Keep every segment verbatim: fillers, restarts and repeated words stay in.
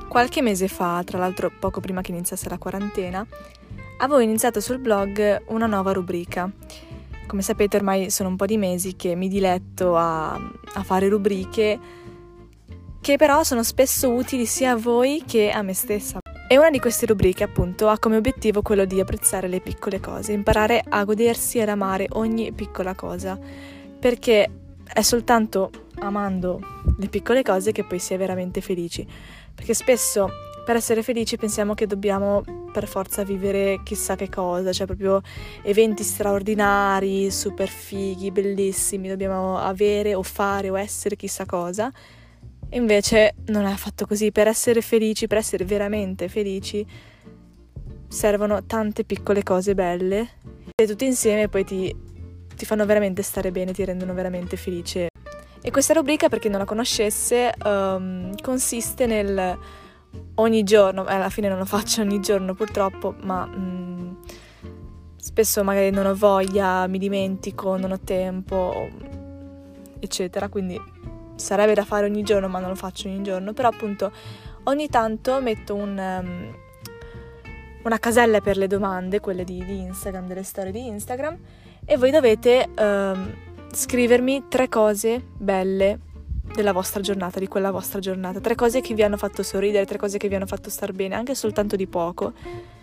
Qualche mese fa, tra l'altro poco prima che iniziasse la quarantena, avevo iniziato sul blog una nuova rubrica. Come sapete ormai sono un po' di mesi che mi diletto a, a fare rubriche che però sono spesso utili sia a voi che a me stessa. E una di queste rubriche appunto ha come obiettivo quello di apprezzare le piccole cose, imparare a godersi e ad amare ogni piccola cosa, perché è soltanto amando le piccole cose che poi si è veramente felici, perché spesso per essere felici pensiamo che dobbiamo per forza vivere chissà che cosa, cioè proprio eventi straordinari, super fighi, bellissimi, dobbiamo avere o fare o essere chissà cosa. E invece non è affatto così. Per essere felici, per essere veramente felici, servono tante piccole cose belle e tutte insieme poi ti, ti fanno veramente stare bene, ti rendono veramente felice. E questa rubrica, per chi non la conoscesse, um, consiste nel ogni giorno, eh, alla fine non lo faccio ogni giorno purtroppo, ma mm, spesso magari non ho voglia, mi dimentico, non ho tempo, eccetera, quindi sarebbe da fare ogni giorno, ma non lo faccio ogni giorno. Però appunto ogni tanto metto un, um, una casella per le domande, quelle di, di Instagram, delle storie di Instagram, e voi dovete um, scrivermi tre cose belle della vostra giornata, di quella vostra giornata, tre cose che vi hanno fatto sorridere, tre cose che vi hanno fatto star bene, anche soltanto di poco.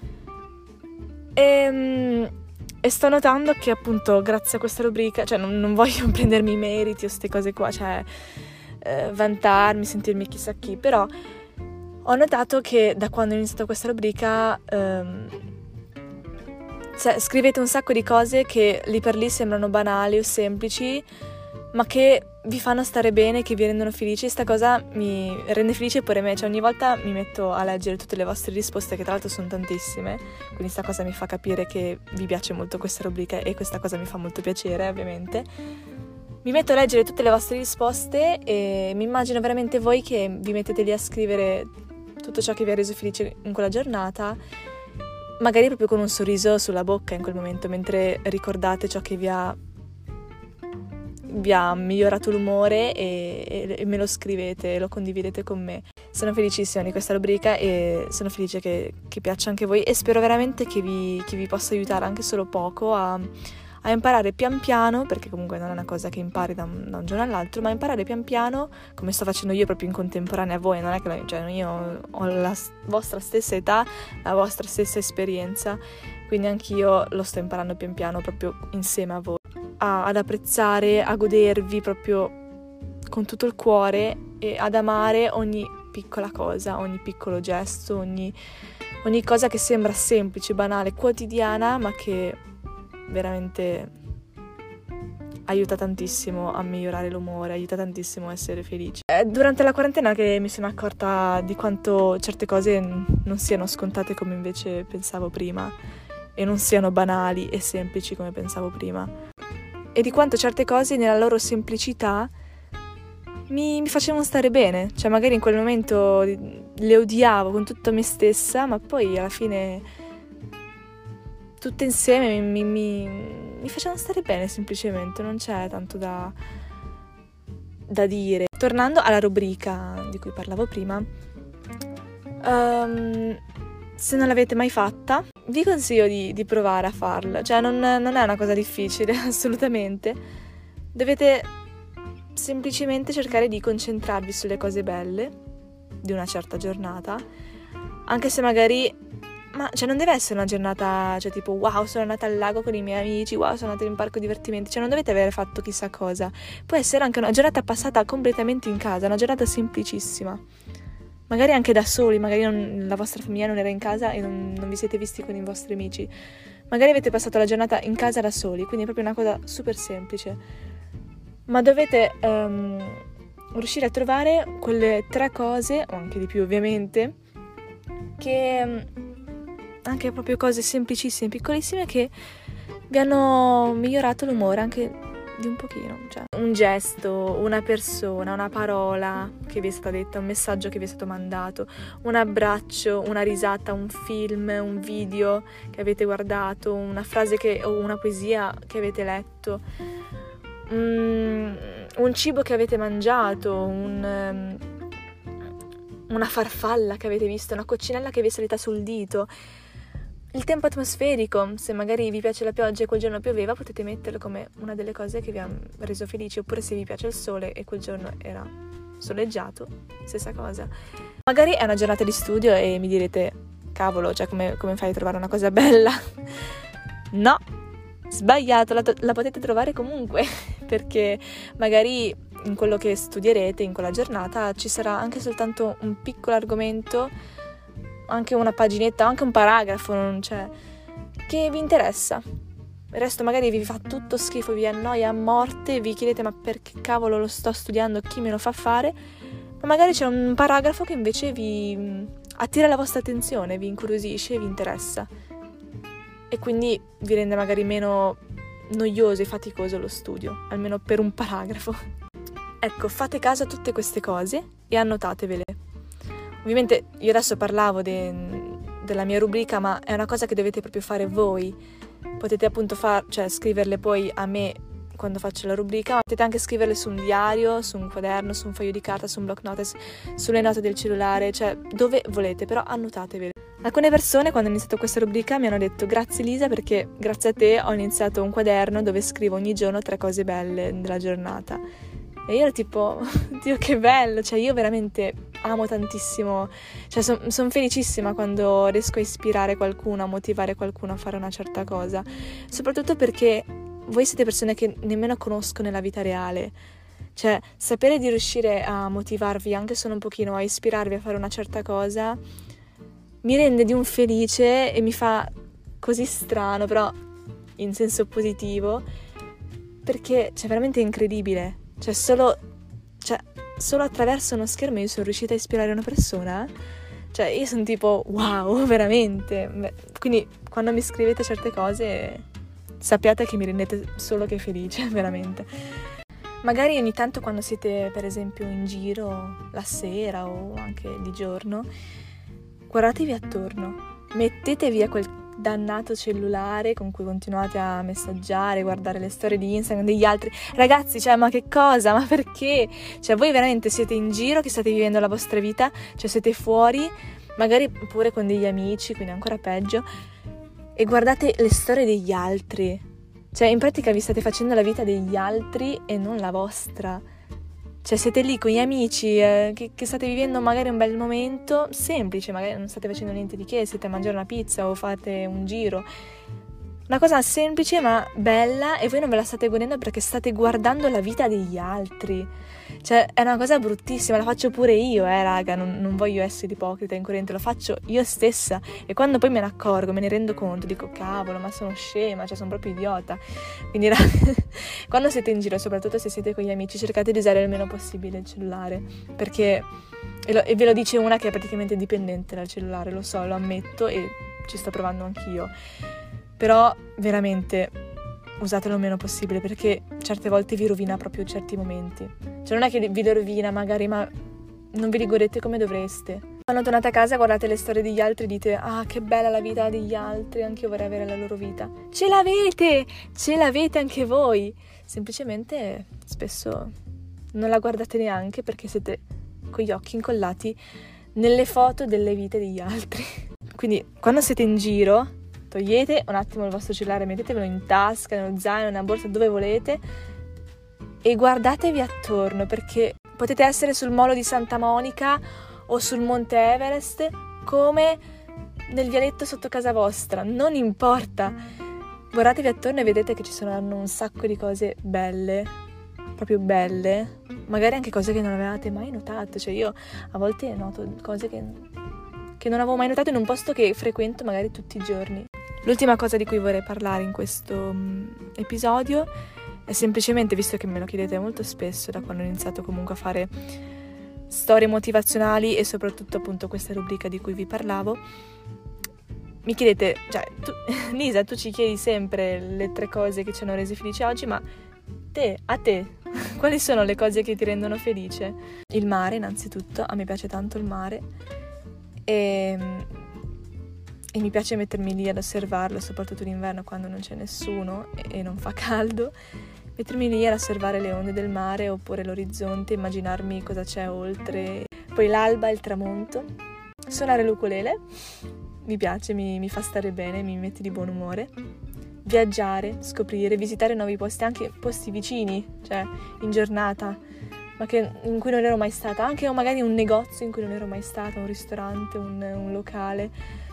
E, um, e sto notando che appunto grazie a questa rubrica, cioè non, non voglio prendermi i meriti o queste cose qua, cioè eh, vantarmi, sentirmi chissà chi, però ho notato che da quando ho iniziato questa rubrica ehm, cioè, scrivete un sacco di cose che lì per lì sembrano banali o semplici, ma che vi fanno stare bene, che vi rendono felici. Sta cosa mi rende felice pure me, cioè ogni volta mi metto a leggere tutte le vostre risposte, che tra l'altro sono tantissime, quindi sta cosa mi fa capire che vi piace molto questa rubrica e questa cosa mi fa molto piacere, ovviamente. Mi metto a leggere tutte le vostre risposte e mi immagino veramente voi che vi mettete lì a scrivere tutto ciò che vi ha reso felice in quella giornata, magari proprio con un sorriso sulla bocca in quel momento, mentre ricordate ciò che vi ha vi ha migliorato l'umore e, e, e me lo scrivete e lo condividete con me. Sono felicissima di questa rubrica e sono felice che, che piaccia anche a voi, e spero veramente che vi, che vi possa aiutare anche solo poco a, a imparare pian piano, perché comunque non è una cosa che impari da un, da un giorno all'altro, ma imparare pian piano, come sto facendo io proprio in contemporanea a voi. Non è che cioè, io ho la vostra stessa età, la vostra stessa esperienza, quindi anch'io lo sto imparando pian piano proprio insieme a voi. A, ad apprezzare, a godervi proprio con tutto il cuore e ad amare ogni piccola cosa, ogni piccolo gesto, ogni, ogni cosa che sembra semplice, banale, quotidiana, ma che veramente aiuta tantissimo a migliorare l'umore, aiuta tantissimo a essere felici. È durante la quarantena che mi sono accorta di quanto certe cose non siano scontate come invece pensavo prima, e non siano banali e semplici come pensavo prima. E di quanto certe cose nella loro semplicità mi, mi facevano stare bene. Cioè magari in quel momento le odiavo con tutta me stessa, ma poi alla fine tutte insieme mi, mi, mi facevano stare bene semplicemente, non c'è tanto da, da dire. Tornando alla rubrica di cui parlavo prima, um, se non l'avete mai fatta, vi consiglio di, di provare a farla. Cioè non, non è una cosa difficile, assolutamente. Dovete semplicemente cercare di concentrarvi sulle cose belle di una certa giornata, anche se magari, ma cioè non deve essere una giornata, cioè tipo wow, sono andata al lago con i miei amici, wow, sono andata in un parco divertimenti, cioè non dovete avere fatto chissà cosa. Può essere anche una giornata passata completamente in casa, una giornata semplicissima. Magari anche da soli, magari non, la vostra famiglia non era in casa e non, non vi siete visti con i vostri amici. Magari avete passato la giornata in casa da soli, quindi è proprio una cosa super semplice. Ma dovete um, riuscire a trovare quelle tre cose, o anche di più ovviamente, che um, anche proprio cose semplicissime, piccolissime, che vi hanno migliorato l'umore anche di un pochino, cioè un gesto, una persona, una parola che vi è stata detta, un messaggio che vi è stato mandato, un abbraccio, una risata, un film, un video che avete guardato, una frase che, o una poesia che avete letto, um, un cibo che avete mangiato, un, um, una farfalla che avete visto, una coccinella che vi è salita sul dito. Il tempo atmosferico, se magari vi piace la pioggia e quel giorno pioveva, potete metterlo come una delle cose che vi ha reso felici, oppure se vi piace il sole e quel giorno era soleggiato, stessa cosa. Magari è una giornata di studio e mi direte, cavolo, cioè come, come fai a trovare una cosa bella? No, sbagliato, la, la potete trovare comunque, perché magari in quello che studierete in quella giornata ci sarà anche soltanto un piccolo argomento, anche una paginetta, anche un paragrafo, non c'è, che vi interessa. Il resto magari vi fa tutto schifo, vi annoia a morte, vi chiedete ma perché cavolo lo sto studiando, chi me lo fa fare? Ma magari c'è un paragrafo che invece vi attira la vostra attenzione, vi incuriosisce, vi interessa. E quindi vi rende magari meno noioso e faticoso lo studio, almeno per un paragrafo. Ecco, fate caso a tutte queste cose e annotatevele. Ovviamente io adesso parlavo de, della mia rubrica, ma è una cosa che dovete proprio fare voi. Potete appunto far, cioè scriverle poi a me quando faccio la rubrica, ma potete anche scriverle su un diario, su un quaderno, su un foglio di carta, su un block notes, sulle note del cellulare, cioè dove volete, però annotatevele. Alcune persone quando ho iniziato questa rubrica mi hanno detto grazie Lisa perché grazie a te ho iniziato un quaderno dove scrivo ogni giorno tre cose belle della giornata. E io ero tipo, Dio che bello, cioè io veramente amo tantissimo, cioè sono son felicissima quando riesco a ispirare qualcuno, a motivare qualcuno a fare una certa cosa, soprattutto perché voi siete persone che nemmeno conosco nella vita reale, cioè sapere di riuscire a motivarvi anche solo un pochino, a ispirarvi a fare una certa cosa, mi rende di un felice e mi fa così strano, però in senso positivo, perché c'è veramente incredibile. Cioè solo, cioè solo attraverso uno schermo io sono riuscita a ispirare una persona. Cioè io sono tipo wow, veramente. Quindi quando mi scrivete certe cose sappiate che mi rendete solo che felice, veramente. Magari ogni tanto quando siete per esempio in giro la sera o anche di giorno, guardatevi attorno, mettete via quel dannato cellulare con cui continuate a messaggiare, guardare le storie di Instagram degli altri. Ragazzi, cioè, ma che cosa? Ma perché? Cioè, voi veramente siete in giro, che state vivendo la vostra vita, cioè siete fuori, magari pure con degli amici, quindi ancora peggio, e guardate le storie degli altri. Cioè, in pratica vi state facendo la vita degli altri e non la vostra. Cioè siete lì con gli amici eh, che, che state vivendo magari un bel momento semplice, magari non state facendo niente di che, siete a mangiare una pizza o fate un giro, una cosa semplice ma bella, e voi non ve la state godendo perché state guardando la vita degli altri. Cioè è una cosa bruttissima, la faccio pure io, eh raga, non, non voglio essere ipocrita e incoerente, lo faccio io stessa, e quando poi me ne accorgo, me ne rendo conto, dico cavolo, ma sono scema, cioè sono proprio idiota. Quindi quando siete in giro, soprattutto se siete con gli amici, cercate di usare il meno possibile il cellulare, perché e, lo, e ve lo dice una che è praticamente dipendente dal cellulare, lo so, lo ammetto e ci sto provando anch'io, però veramente usatelo il meno possibile, perché certe volte vi rovina proprio certi momenti. Cioè non è che vi lo rovina magari, ma non vi li godete come dovreste. Quando tornate a casa guardate le storie degli altri e dite ah che bella la vita degli altri, anche io vorrei avere la loro vita. Ce l'avete! Ce l'avete anche voi! Semplicemente spesso non la guardate neanche perché siete con gli occhi incollati nelle foto delle vite degli altri. Quindi quando siete in giro togliete un attimo il vostro cellulare, mettetevelo in tasca, nello zaino, nella borsa, dove volete, e guardatevi attorno, perché potete essere sul molo di Santa Monica o sul Monte Everest come nel vialetto sotto casa vostra, non importa. Guardatevi attorno e vedete che ci saranno un sacco di cose belle, proprio belle, magari anche cose che non avevate mai notato. Cioè io a volte noto cose che, che non avevo mai notato in un posto che frequento magari tutti i giorni. L'ultima cosa di cui vorrei parlare in questo um, episodio è semplicemente, visto che me lo chiedete molto spesso da quando ho iniziato comunque a fare storie motivazionali e soprattutto appunto questa rubrica di cui vi parlavo, mi chiedete, cioè tu, Lisa, tu ci chiedi sempre le tre cose che ci hanno resi felici oggi, ma te, a te, quali sono le cose che ti rendono felice? Il mare innanzitutto, a me piace tanto il mare e... e mi piace mettermi lì ad osservarlo, soprattutto d'inverno quando non c'è nessuno e non fa caldo, mettermi lì ad osservare le onde del mare oppure l'orizzonte, immaginarmi cosa c'è oltre. poi l'alba e il tramonto, suonare l'ukulele, mi piace, mi, mi fa stare bene, mi mette di buon umore, viaggiare, scoprire, visitare nuovi posti, anche posti vicini, cioè in giornata, ma che, in cui non ero mai stata, anche magari un negozio in cui non ero mai stata, un ristorante, un, un locale,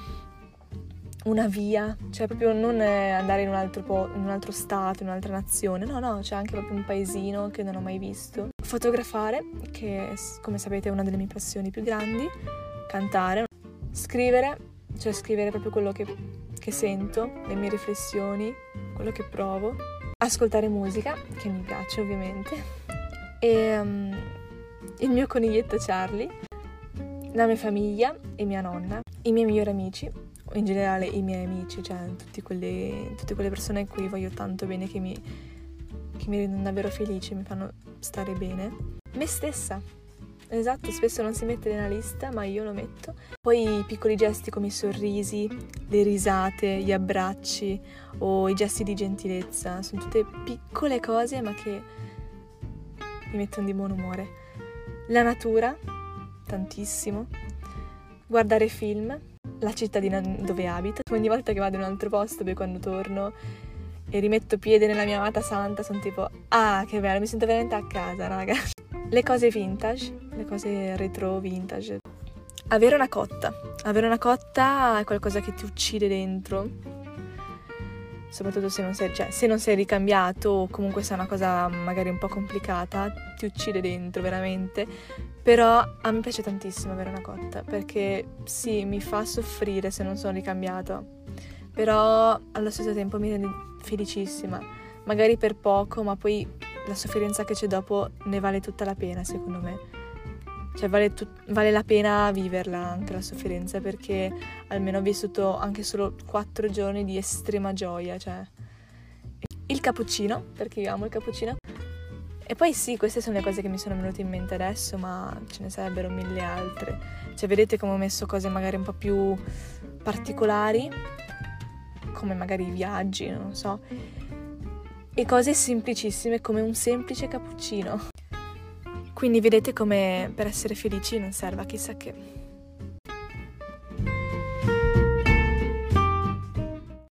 una via, cioè proprio non andare in un altro po- in un altro stato, in un'altra nazione, no no, c'è anche proprio un paesino che non ho mai visto. Fotografare, che come sapete è una delle mie passioni più grandi, cantare, scrivere, cioè scrivere proprio quello che, che sento, le mie riflessioni, quello che provo, ascoltare musica, che mi piace ovviamente, e um, il mio coniglietto Charlie, la mia famiglia e mia nonna, i miei migliori amici, in generale i miei amici, cioè tutti quelli, tutte quelle persone a cui voglio tanto bene, che mi, che mi rendono davvero felice, mi fanno stare bene. Me stessa, esatto, spesso non si mette nella lista, ma io lo metto. Poi i piccoli gesti come i sorrisi, le risate, gli abbracci o i gesti di gentilezza, sono tutte piccole cose ma che mi mettono di buon umore. La natura, tantissimo. Guardare film, la cittadina dove abito. Ogni volta che vado in un altro posto, poi quando torno e rimetto piede nella mia amata santa, sono tipo, ah, che bello, mi sento veramente a casa, raga. Le cose vintage, le cose retro vintage. Avere una cotta. Avere una cotta è qualcosa che ti uccide dentro. Soprattutto se non sei, cioè, se non sei ricambiato o comunque se è una cosa magari un po' complicata, ti uccide dentro veramente. Però a me piace tantissimo avere una cotta, perché sì, mi fa soffrire se non sono ricambiata, però allo stesso tempo mi rende felicissima, magari per poco, ma poi la sofferenza che c'è dopo ne vale tutta la pena, secondo me. Cioè vale, tut- vale la pena viverla anche la sofferenza, perché almeno ho vissuto anche solo quattro giorni di estrema gioia, cioè. Il cappuccino, perché io amo il cappuccino. E poi sì, queste sono le cose che mi sono venute in mente adesso, ma ce ne sarebbero mille altre. Cioè vedete come ho messo cose magari un po' più particolari, come magari i viaggi, non so, e cose semplicissime come un semplice cappuccino. Quindi vedete come per essere felici non serva chissà che.